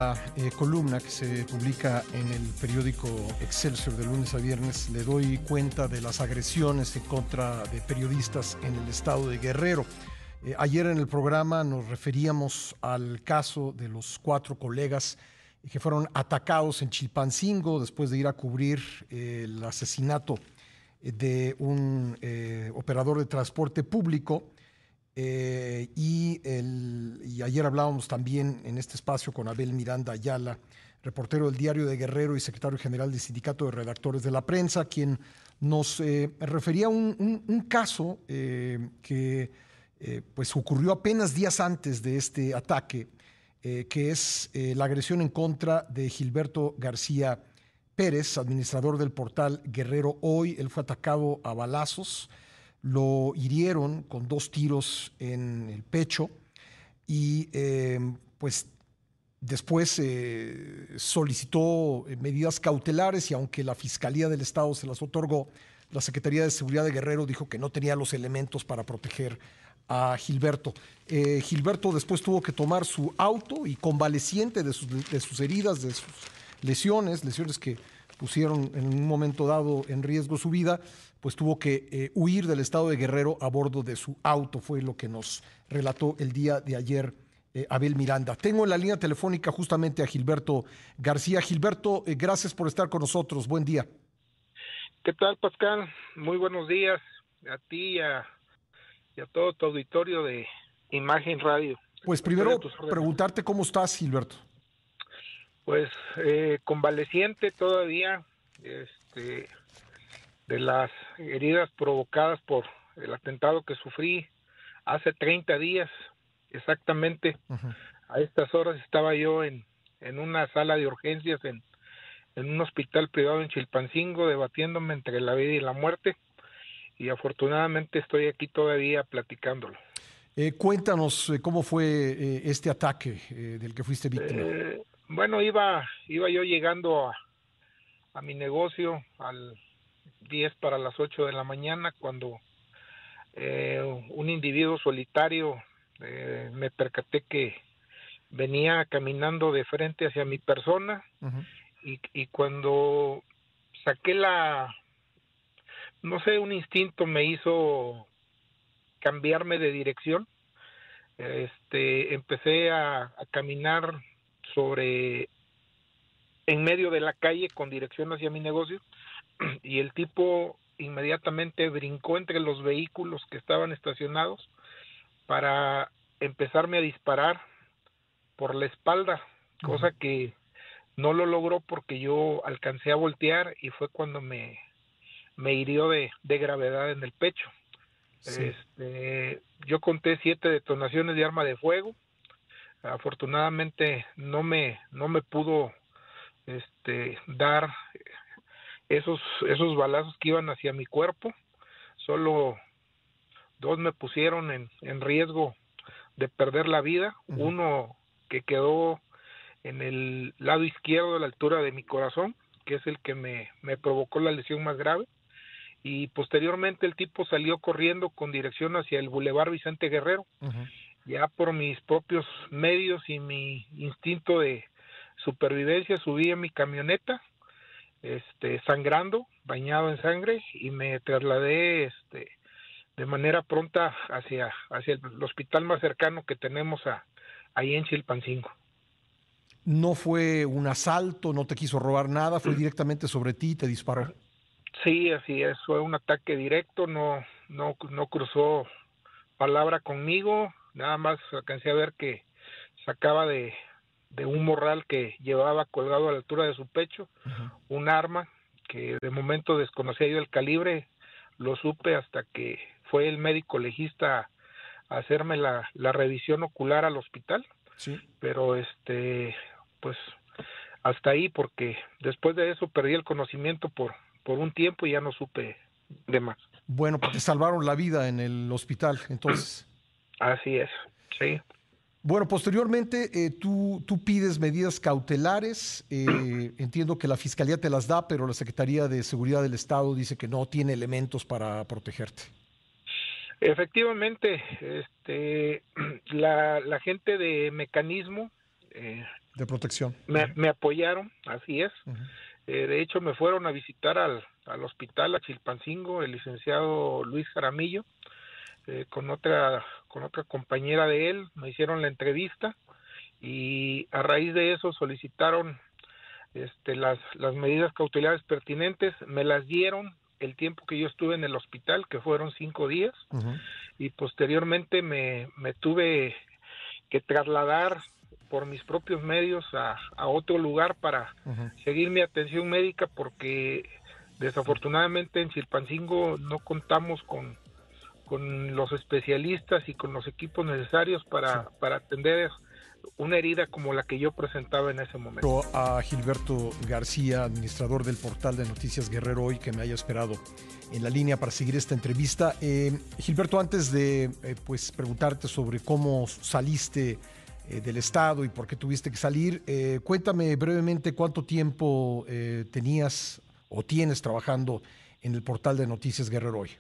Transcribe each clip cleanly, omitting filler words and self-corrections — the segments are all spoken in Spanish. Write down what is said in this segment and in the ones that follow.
Columna que se publica en el periódico Excelsior de lunes a viernes, le doy cuenta de las agresiones en contra de periodistas en el estado de Guerrero. Ayer en el programa nos referíamos al caso de los 4 colegas que fueron atacados en Chilpancingo después de ir a cubrir el asesinato de un operador de transporte público. Y ayer hablábamos también en este espacio con Abel Miranda Ayala, reportero del Diario de Guerrero y secretario general del Sindicato de Redactores de la Prensa, quien nos refería a un caso que pues ocurrió apenas días antes de este ataque, que es la agresión en contra de Gilberto García Pérez, administrador del portal Guerrero Hoy. Él fue atacado a balazos. Lo hirieron con 2 tiros en el pecho y pues después solicitó medidas cautelares, y aunque la Fiscalía del Estado se las otorgó, la Secretaría de Seguridad de Guerrero dijo que no tenía los elementos para proteger a Gilberto. Gilberto después tuvo que tomar su auto y, convaleciente de sus heridas, de sus lesiones que pusieron en un momento dado en riesgo su vida, pues tuvo que huir del estado de Guerrero a bordo de su auto. Fue lo que nos relató el día de ayer Abel Miranda. Tengo en la línea telefónica justamente a Gilberto García. Gilberto, gracias por estar con nosotros. Buen día. ¿Qué tal, Pascal? Muy buenos días a ti y a todo tu auditorio de Imagen Radio. Pues primero preguntarte cómo estás, Gilberto. Pues convaleciente todavía de las heridas provocadas por el atentado que sufrí hace 30 días exactamente. Uh-huh. A estas horas estaba yo en una sala de urgencias en un hospital privado en Chilpancingo, debatiéndome entre la vida y la muerte, y afortunadamente estoy aquí todavía platicándolo. Cuéntanos cómo fue este ataque del que fuiste víctima. Bueno, iba yo llegando a mi negocio al 10 para las 8 de la mañana, cuando un individuo solitario me percaté que venía caminando de frente hacia mi persona. Uh-huh. Y cuando saqué un instinto me hizo cambiarme de dirección. Empecé a caminar en medio de la calle con dirección hacia mi negocio, y el tipo inmediatamente brincó entre los vehículos que estaban estacionados para empezarme a disparar por la espalda, uh-huh. Cosa que no lo logró porque yo alcancé a voltear y fue cuando me hirió de gravedad en el pecho. Sí. Yo conté 7 detonaciones de arma de fuego. Afortunadamente no me pudo dar esos balazos que iban hacia mi cuerpo. Solo 2 me pusieron en riesgo de perder la vida. Uh-huh. Uno que quedó en el lado izquierdo, a la altura de mi corazón, que es el que me provocó la lesión más grave. Y posteriormente el tipo salió corriendo con dirección hacia el Boulevard Vicente Guerrero. Uh-huh. Ya por mis propios medios y mi instinto de supervivencia subí en mi camioneta, sangrando, bañado en sangre, y me trasladé de manera pronta hacia el hospital más cercano que tenemos ahí en Chilpancingo. ¿No fue un asalto, no te quiso robar nada, fue directamente sobre ti y te disparó? Sí, así es, fue un ataque directo, no cruzó palabra conmigo, nada más alcancé a ver que sacaba de un morral que llevaba colgado a la altura de su pecho, uh-huh. Un arma que de momento desconocía yo el calibre. Lo supe hasta que fue el médico legista a hacerme la revisión ocular al hospital. Sí. Pero pues hasta ahí, porque después de eso perdí el conocimiento por un tiempo y ya no supe de más. Bueno, pues te salvaron la vida en el hospital, entonces. Así es, sí. Bueno, posteriormente tú pides medidas cautelares. Entiendo que la Fiscalía te las da, pero la Secretaría de Seguridad del Estado dice que no tiene elementos para protegerte. Efectivamente, la gente de Mecanismo De protección. Me apoyaron, así es. Uh-huh. De hecho, me fueron a visitar al hospital, a Chilpancingo, el licenciado Luis Jaramillo, con otra compañera de él, me hicieron la entrevista y a raíz de eso solicitaron las medidas cautelares pertinentes, me las dieron el tiempo que yo estuve en el hospital, que fueron 5 días, Uh-huh. y posteriormente me tuve que trasladar por mis propios medios a otro lugar para Uh-huh. seguir mi atención médica, porque desafortunadamente en Chilpancingo no contamos con los especialistas y con los equipos necesarios para atender una herida como la que yo presentaba en ese momento. A Gilberto García, administrador del portal de Noticias Guerrero Hoy, que me haya esperado en la línea para seguir esta entrevista. Gilberto, antes de pues preguntarte sobre cómo saliste del estado y por qué tuviste que salir, cuéntame brevemente cuánto tiempo tenías o tienes trabajando en el portal de Noticias Guerrero Hoy.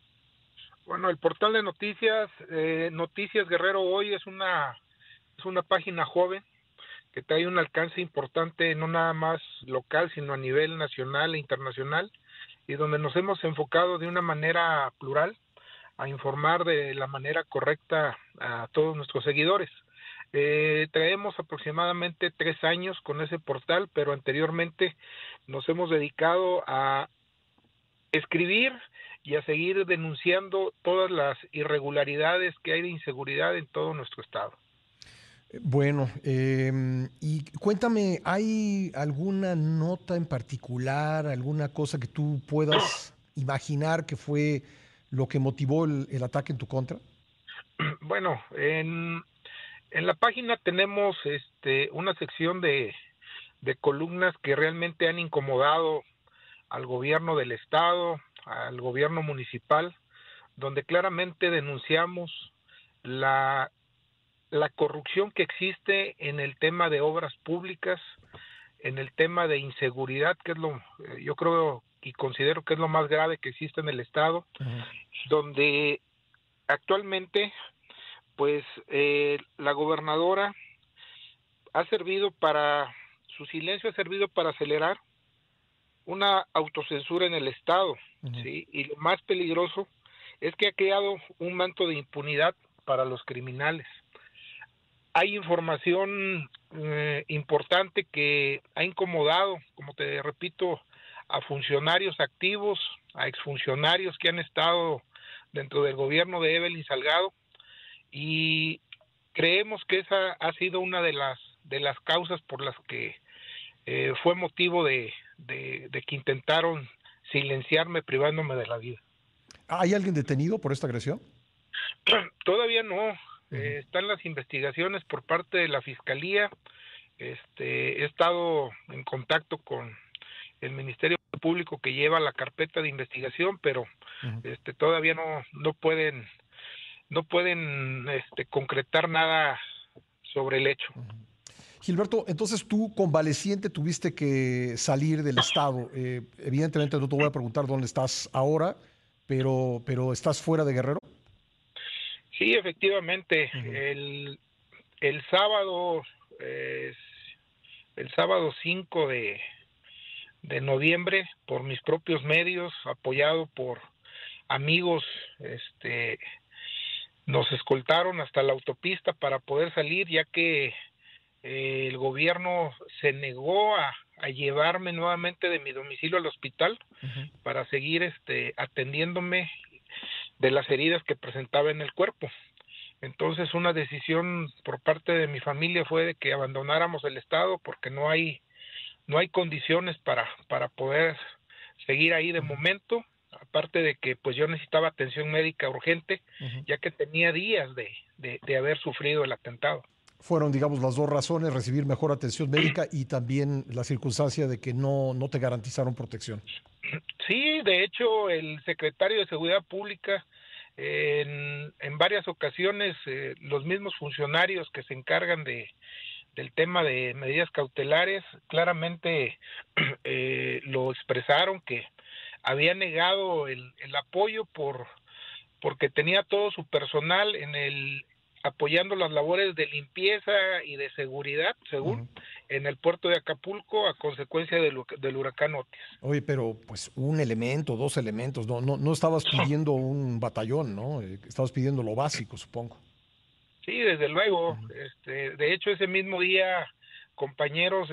Bueno, el portal de Noticias Guerrero Hoy es una página joven que trae un alcance importante, no nada más local, sino a nivel nacional e internacional, y donde nos hemos enfocado de una manera plural a informar de la manera correcta a todos nuestros seguidores. Traemos aproximadamente 3 años con ese portal, pero anteriormente nos hemos dedicado a escribir y a seguir denunciando todas las irregularidades que hay de inseguridad en todo nuestro estado. Bueno, y cuéntame, ¿hay alguna nota en particular, alguna cosa que tú puedas imaginar que fue lo que motivó el ataque en tu contra? Bueno, en la página tenemos una sección de columnas que realmente han incomodado al gobierno del estado, al gobierno municipal, donde claramente denunciamos la corrupción que existe en el tema de obras públicas, en el tema de inseguridad, que es yo creo y considero que es lo más grave que existe en el estado, Uh-huh. donde actualmente pues la gobernadora su silencio ha servido para acelerar una autocensura en el estado, Uh-huh. ¿sí? Y lo más peligroso es que ha creado un manto de impunidad para los criminales. Hay información importante que ha incomodado, como te repito, a funcionarios activos, a exfuncionarios que han estado dentro del gobierno de Evelyn Salgado, y creemos que esa ha sido una de las causas por las que fue motivo de que intentaron silenciarme privándome de la vida. ¿Hay alguien detenido por esta agresión? Todavía no. Uh-huh. Están las investigaciones por parte de la Fiscalía. He estado en contacto con el Ministerio Público que lleva la carpeta de investigación, pero uh-huh, todavía no pueden concretar nada sobre el hecho. Uh-huh. Gilberto, entonces tú convaleciente tuviste que salir del estado. Evidentemente no te voy a preguntar dónde estás ahora, pero ¿estás fuera de Guerrero? Sí, efectivamente. Uh-huh. El sábado, el sábado 5 de noviembre, por mis propios medios, apoyado por amigos, nos escoltaron hasta la autopista para poder salir, ya que el gobierno se negó a llevarme nuevamente de mi domicilio al hospital uh-huh, para seguir atendiéndome de las heridas que presentaba en el cuerpo. Entonces una decisión por parte de mi familia fue de que abandonáramos el estado porque no hay condiciones para poder seguir ahí de momento, aparte de que pues yo necesitaba atención médica urgente, uh-huh, ya que tenía días de haber sufrido el atentado. Fueron, digamos, las dos razones: recibir mejor atención médica y también la circunstancia de que no te garantizaron protección. Sí, de hecho, el secretario de Seguridad Pública en varias ocasiones, los mismos funcionarios que se encargan del tema de medidas cautelares, claramente lo expresaron, que había negado el apoyo porque tenía todo su personal apoyando las labores de limpieza y de seguridad, según, uh-huh, en el puerto de Acapulco a consecuencia del huracán Otis. Oye, pero pues un elemento, dos elementos, no estabas pidiendo un batallón, ¿no? Estabas pidiendo lo básico, supongo. Sí, desde luego. Ujú. De hecho, ese mismo día, compañeros,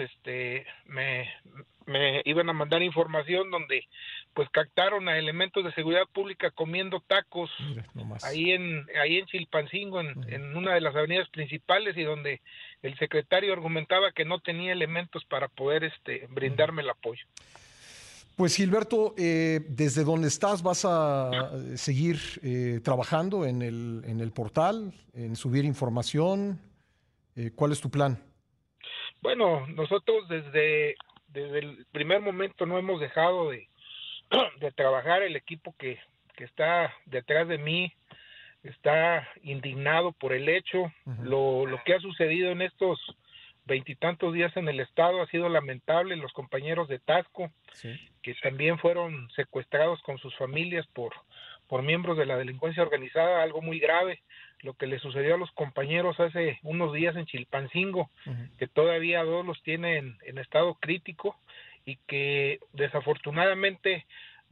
me iban a mandar información donde, pues, captaron a elementos de seguridad pública comiendo tacos Mira, nomás. ahí en Chilpancingo, Ujú, en una de las avenidas principales, y donde el secretario argumentaba que no tenía elementos para poder, ujú. brindarme el apoyo. Pues Gilberto, desde donde estás vas a seguir trabajando en el portal, en subir información. ¿Cuál es tu plan? Bueno, nosotros desde el primer momento no hemos dejado de trabajar. El equipo que está detrás de mí está indignado por el hecho. Ujú, Lo que ha sucedido en estos veintitantos días en el estado ha sido lamentable. Los compañeros de Tasco, sí. que también fueron secuestrados con sus familias por miembros de la delincuencia organizada, algo muy grave, lo que le sucedió a los compañeros hace unos días en Chilpancingo, Ujú. que todavía dos los tienen en estado crítico y que desafortunadamente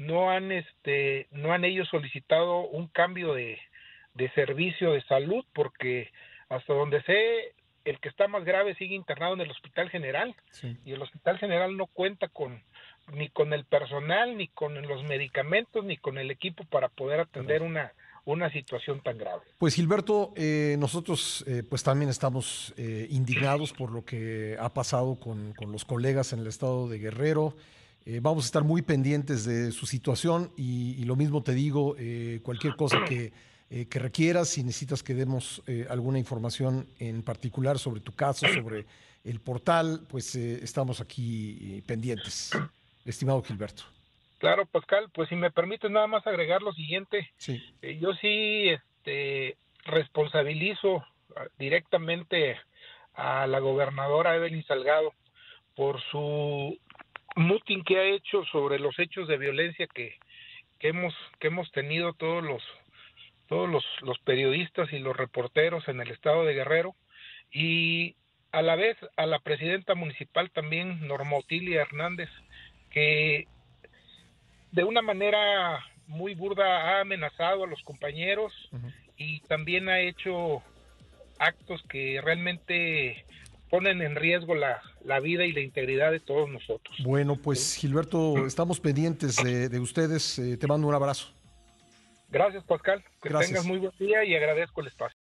no han ellos solicitado un cambio de servicio de salud, porque hasta donde sé, el que está más grave sigue internado en el Hospital General, Sí. y el Hospital General no cuenta ni con el personal, ni con los medicamentos, ni con el equipo para poder Caray. atender una situación tan grave. Pues Gilberto, nosotros pues también estamos indignados por lo que ha pasado con los colegas en el estado de Guerrero. Vamos a estar muy pendientes de su situación y lo mismo te digo, cualquier cosa que requieras, si necesitas que demos alguna información en particular sobre tu caso, sobre el portal, pues estamos aquí pendientes, estimado Gilberto. Claro, Pascal, pues si me permites nada más agregar lo siguiente. Sí. Yo sí responsabilizo directamente a la gobernadora Evelyn Salgado por su mutin que ha hecho sobre los hechos de violencia que hemos tenido todos los periodistas y los reporteros en el estado de Guerrero, y a la vez a la presidenta municipal también, Norma Otilia Hernández, que de una manera muy burda ha amenazado a los compañeros Ujú. y también ha hecho actos que realmente ponen en riesgo la vida y la integridad de todos nosotros. Bueno, pues Gilberto, estamos pendientes de ustedes. Te mando un abrazo. Gracias, Pascal, que tengas Gracias. muy buen día y agradezco el espacio.